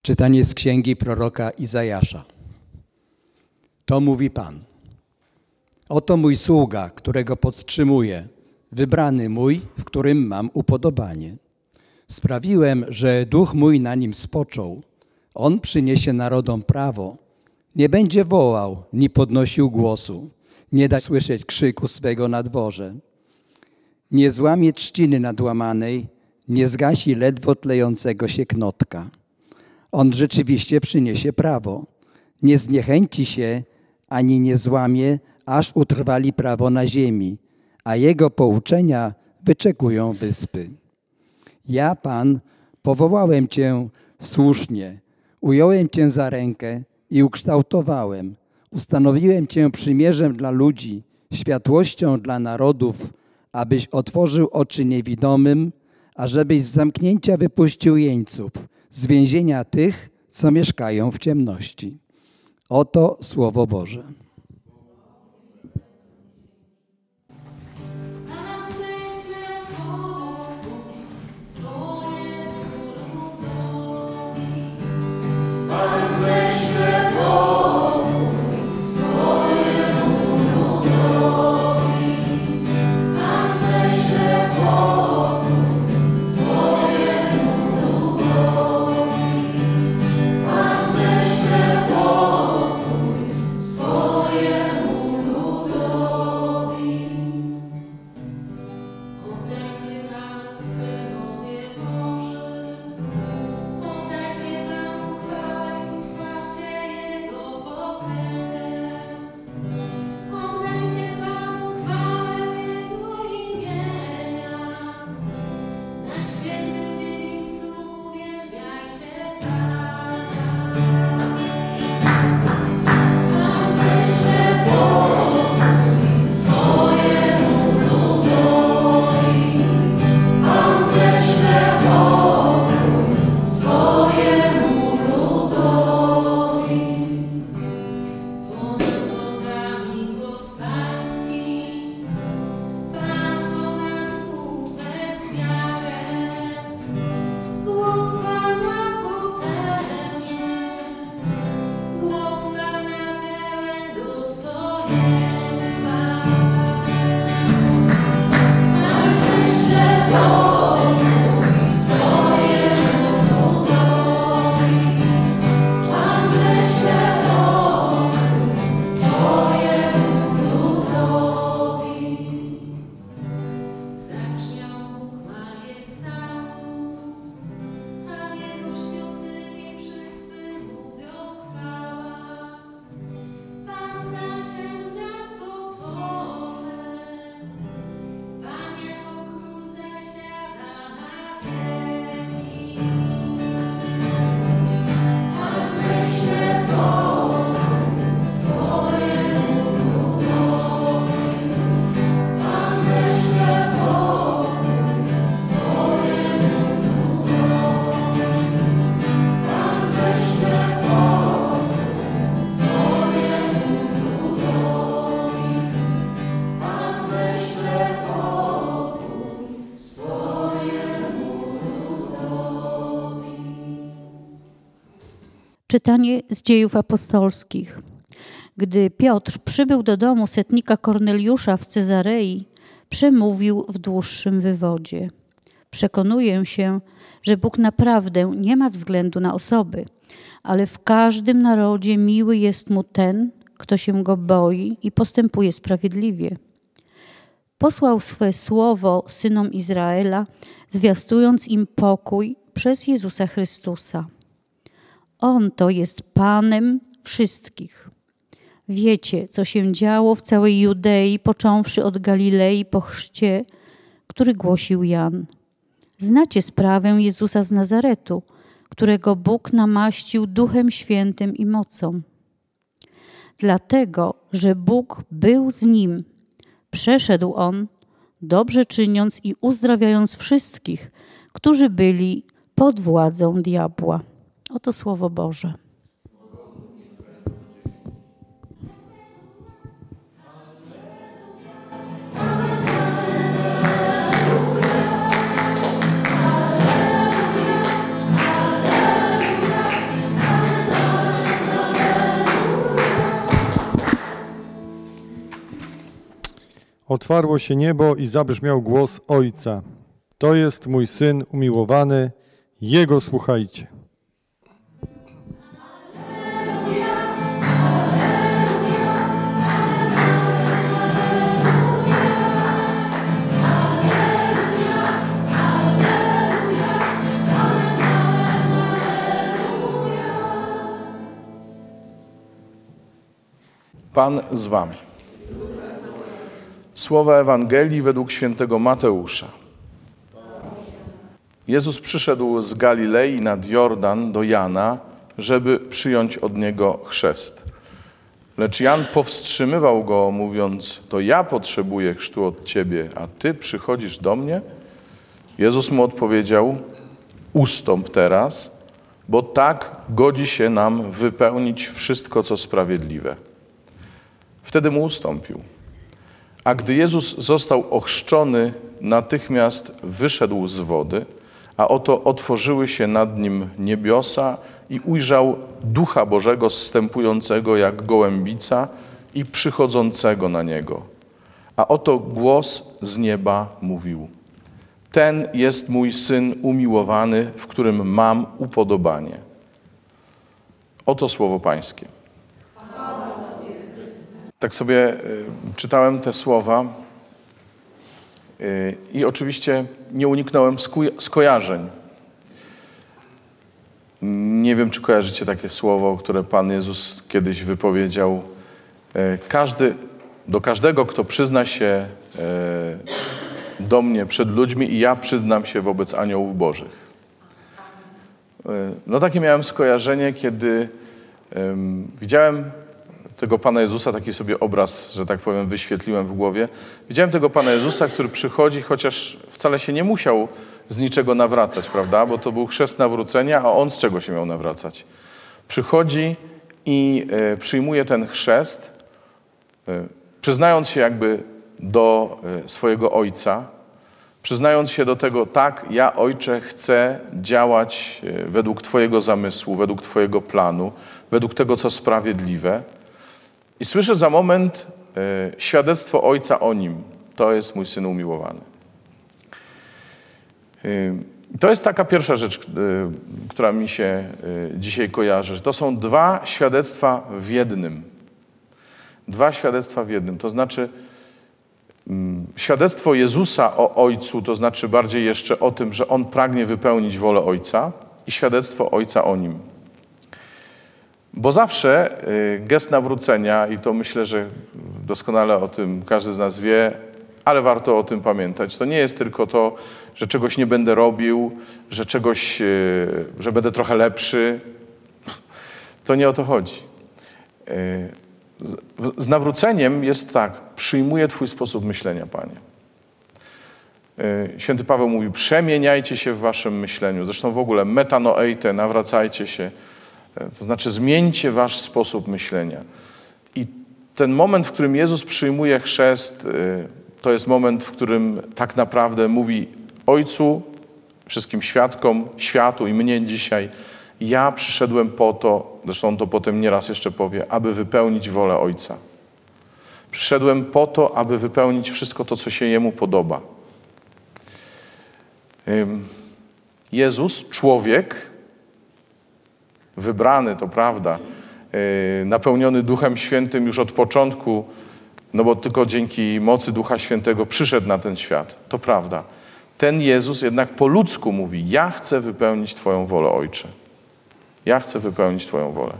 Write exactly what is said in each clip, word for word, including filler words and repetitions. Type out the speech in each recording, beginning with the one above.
Czytanie z księgi proroka Izajasza. To mówi Pan. Oto mój sługa, którego podtrzymuję, wybrany mój, w którym mam upodobanie. Sprawiłem, że duch mój na nim spoczął. On przyniesie narodom prawo. Nie będzie wołał, ni podnosił głosu. Nie da słyszeć krzyku swego na dworze. Nie złamie trzciny nadłamanej, nie zgasi ledwo tlejącego się knotka. On rzeczywiście przyniesie prawo. Nie zniechęci się, ani nie złamie, aż utrwali prawo na ziemi, a jego pouczenia wyczekują wyspy. Ja, Pan, powołałem Cię słusznie, ująłem Cię za rękę i ukształtowałem. Ustanowiłem Cię przymierzem dla ludzi, światłością dla narodów, abyś otworzył oczy niewidomym, ażebyś z zamknięcia wypuścił jeńców, z więzienia tych, co mieszkają w ciemności. Oto Słowo Boże. Czytanie z Dziejów Apostolskich. Gdy Piotr przybył do domu setnika Korneliusza w Cezarei, przemówił w dłuższym wywodzie. Przekonuję się, że Bóg naprawdę nie ma względu na osoby, ale w każdym narodzie miły jest mu ten, kto się go boi i postępuje sprawiedliwie. Posłał swe słowo synom Izraela, zwiastując im pokój przez Jezusa Chrystusa. On to jest Panem wszystkich. Wiecie, co się działo w całej Judei, począwszy od Galilei po chrzcie, który głosił Jan. Znacie sprawę Jezusa z Nazaretu, którego Bóg namaścił Duchem Świętym i mocą. Dlatego, że Bóg był z nim, przeszedł on, dobrze czyniąc i uzdrawiając wszystkich, którzy byli pod władzą diabła. Oto Słowo Boże. Otwarło się niebo i zabrzmiał głos Ojca. To jest mój Syn umiłowany, Jego słuchajcie. Pan z wami. Słowa Ewangelii według świętego Mateusza. Jezus przyszedł z Galilei nad Jordan do Jana, żeby przyjąć od niego chrzest. Lecz Jan powstrzymywał go, mówiąc: to ja potrzebuję chrztu od ciebie, a ty przychodzisz do mnie? Jezus mu odpowiedział: ustąp teraz, bo tak godzi się nam wypełnić wszystko, co sprawiedliwe. Wtedy mu ustąpił. A gdy Jezus został ochrzczony, natychmiast wyszedł z wody, a oto otworzyły się nad nim niebiosa i ujrzał Ducha Bożego zstępującego jak gołębica i przychodzącego na niego. A oto głos z nieba mówił: ten jest mój Syn umiłowany, w którym mam upodobanie. Oto słowo Pańskie. Tak sobie y, czytałem te słowa y, i oczywiście nie uniknąłem sko- skojarzeń. Nie wiem, czy kojarzycie takie słowo, które Pan Jezus kiedyś wypowiedział. Y, każdy, do każdego, kto przyzna się y, do mnie przed ludźmi, i ja przyznam się wobec aniołów bożych. Y, no takie miałem skojarzenie, kiedy y, widziałem tego Pana Jezusa, taki sobie obraz, że tak powiem, wyświetliłem w głowie. Widziałem tego Pana Jezusa, który przychodzi, chociaż wcale się nie musiał z niczego nawracać, prawda? Bo to był chrzest nawrócenia, a On z czego się miał nawracać? Przychodzi i y, przyjmuje ten chrzest, y, przyznając się jakby do y, swojego Ojca, przyznając się do tego: tak, ja, Ojcze, chcę działać y, według Twojego zamysłu, według Twojego planu, według tego, co sprawiedliwe. I słyszę za moment y, świadectwo Ojca o Nim. To jest mój Syn umiłowany. Y, to jest taka pierwsza rzecz, y, która mi się y, dzisiaj kojarzy. Że to są dwa świadectwa w jednym. Dwa świadectwa w jednym. To znaczy y, świadectwo Jezusa o Ojcu, to znaczy bardziej jeszcze o tym, że On pragnie wypełnić wolę Ojca, i świadectwo Ojca o Nim. Bo zawsze gest nawrócenia, i to myślę, że doskonale o tym każdy z nas wie, ale warto o tym pamiętać, to nie jest tylko to, że czegoś nie będę robił, że czegoś, że będę trochę lepszy. To nie o to chodzi. Z nawróceniem jest tak: przyjmuję Twój sposób myślenia, Panie. Święty Paweł mówił: przemieniajcie się w waszym myśleniu. Zresztą w ogóle metanoeite, nawracajcie się. To znaczy zmieńcie wasz sposób myślenia. I ten moment, w którym Jezus przyjmuje chrzest, to jest moment, w którym tak naprawdę mówi Ojcu, wszystkim świadkom, światu i mnie dzisiaj: ja przyszedłem po to, zresztą on to potem nieraz jeszcze powie, aby wypełnić wolę Ojca. Przyszedłem po to, aby wypełnić wszystko to, co się Jemu podoba. Jezus, człowiek, wybrany, to prawda, napełniony Duchem Świętym już od początku, no bo tylko dzięki mocy Ducha Świętego przyszedł na ten świat. To prawda. Ten Jezus jednak po ludzku mówi: ja chcę wypełnić Twoją wolę, Ojcze. Ja chcę wypełnić Twoją wolę.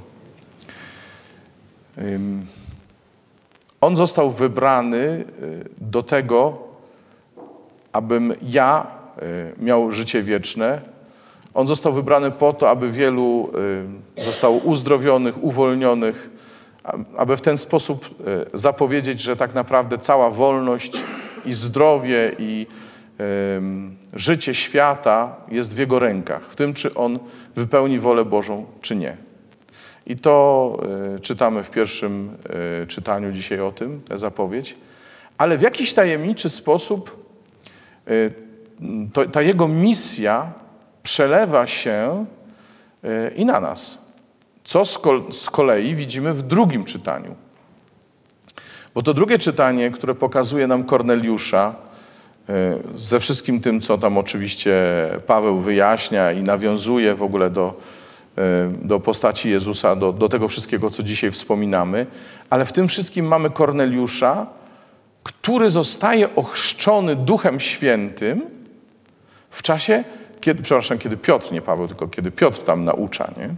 On został wybrany do tego, abym ja miał życie wieczne. On został wybrany po to, aby wielu zostało uzdrowionych, uwolnionych, aby w ten sposób zapowiedzieć, że tak naprawdę cała wolność i zdrowie i życie świata jest w Jego rękach, w tym, czy On wypełni wolę Bożą, czy nie. I to czytamy w pierwszym czytaniu dzisiaj o tym, tę zapowiedź. Ale w jakiś tajemniczy sposób to, ta Jego misja przelewa się i na nas. Co z kolei widzimy w drugim czytaniu. Bo to drugie czytanie, które pokazuje nam Korneliusza, ze wszystkim tym, co tam oczywiście Paweł wyjaśnia i nawiązuje w ogóle do, do postaci Jezusa, do, do tego wszystkiego, co dzisiaj wspominamy, ale w tym wszystkim mamy Korneliusza, który zostaje ochrzczony Duchem Świętym w czasie, kiedy, przepraszam, kiedy Piotr, nie Paweł, tylko kiedy Piotr tam naucza, nie?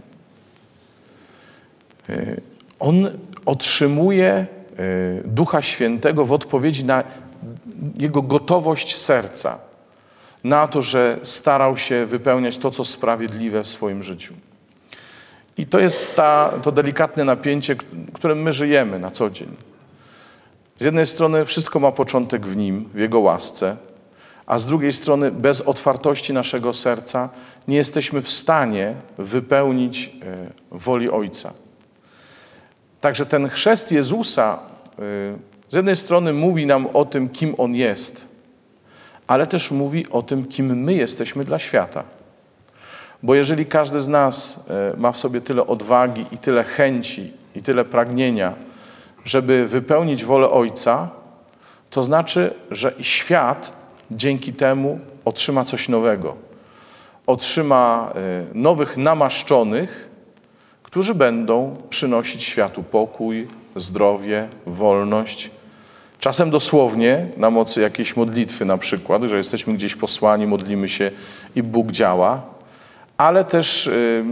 On otrzymuje Ducha Świętego w odpowiedzi na jego gotowość serca, na to, że starał się wypełniać to, co sprawiedliwe w swoim życiu. I to jest ta, to delikatne napięcie, którym my żyjemy na co dzień. Z jednej strony wszystko ma początek w Nim, w Jego łasce, a z drugiej strony bez otwartości naszego serca nie jesteśmy w stanie wypełnić woli Ojca. Także ten chrzest Jezusa z jednej strony mówi nam o tym, kim On jest, ale też mówi o tym, kim my jesteśmy dla świata. Bo jeżeli każdy z nas ma w sobie tyle odwagi i tyle chęci i tyle pragnienia, żeby wypełnić wolę Ojca, to znaczy, że świat dzięki temu otrzyma coś nowego. Otrzyma nowych namaszczonych, którzy będą przynosić światu pokój, zdrowie, wolność. Czasem dosłownie na mocy jakiejś modlitwy na przykład, że jesteśmy gdzieś posłani, modlimy się i Bóg działa, ale też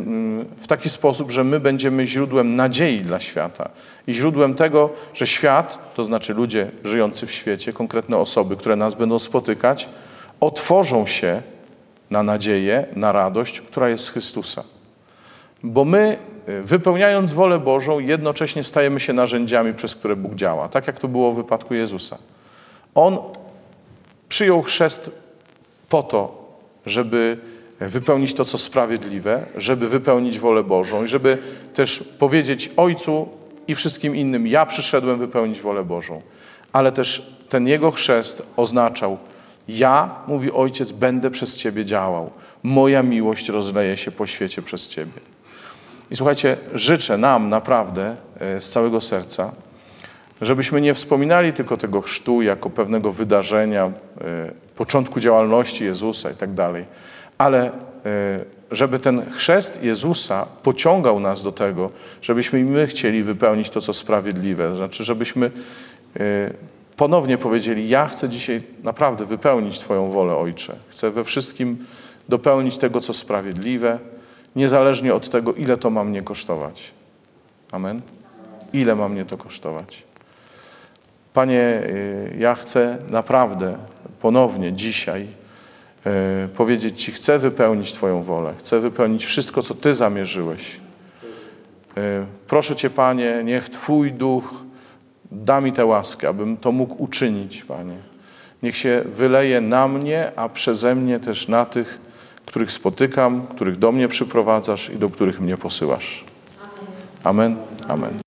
w taki sposób, że my będziemy źródłem nadziei dla świata i źródłem tego, że świat, to znaczy ludzie żyjący w świecie, konkretne osoby, które nas będą spotykać, otworzą się na nadzieję, na radość, która jest z Chrystusa. Bo my, wypełniając wolę Bożą, jednocześnie stajemy się narzędziami, przez które Bóg działa. Tak jak to było w wypadku Jezusa. On przyjął chrzest po to, żeby wypełnić to, co sprawiedliwe, żeby wypełnić wolę Bożą i żeby też powiedzieć Ojcu i wszystkim innym, ja przyszedłem wypełnić wolę Bożą. Ale też ten Jego chrzest oznaczał, ja, mówi Ojciec, będę przez Ciebie działał. Moja miłość rozleje się po świecie przez Ciebie. I słuchajcie, życzę nam naprawdę z całego serca, żebyśmy nie wspominali tylko tego chrztu jako pewnego wydarzenia, początku działalności Jezusa i tak dalej, ale żeby ten chrzest Jezusa pociągał nas do tego, żebyśmy i my chcieli wypełnić to, co sprawiedliwe. Znaczy, żebyśmy ponownie powiedzieli, ja chcę dzisiaj naprawdę wypełnić Twoją wolę, Ojcze. Chcę we wszystkim dopełnić tego, co sprawiedliwe, niezależnie od tego, ile to ma mnie kosztować. Amen? Ile ma mnie to kosztować? Panie, ja chcę naprawdę ponownie dzisiaj powiedzieć Ci, chcę wypełnić Twoją wolę. Chcę wypełnić wszystko, co Ty zamierzyłeś. Proszę Cię, Panie, niech Twój Duch da mi tę łaskę, abym to mógł uczynić, Panie. Niech się wyleje na mnie, a przeze mnie też na tych, których spotykam, których do mnie przyprowadzasz i do których mnie posyłasz. Amen. Amen.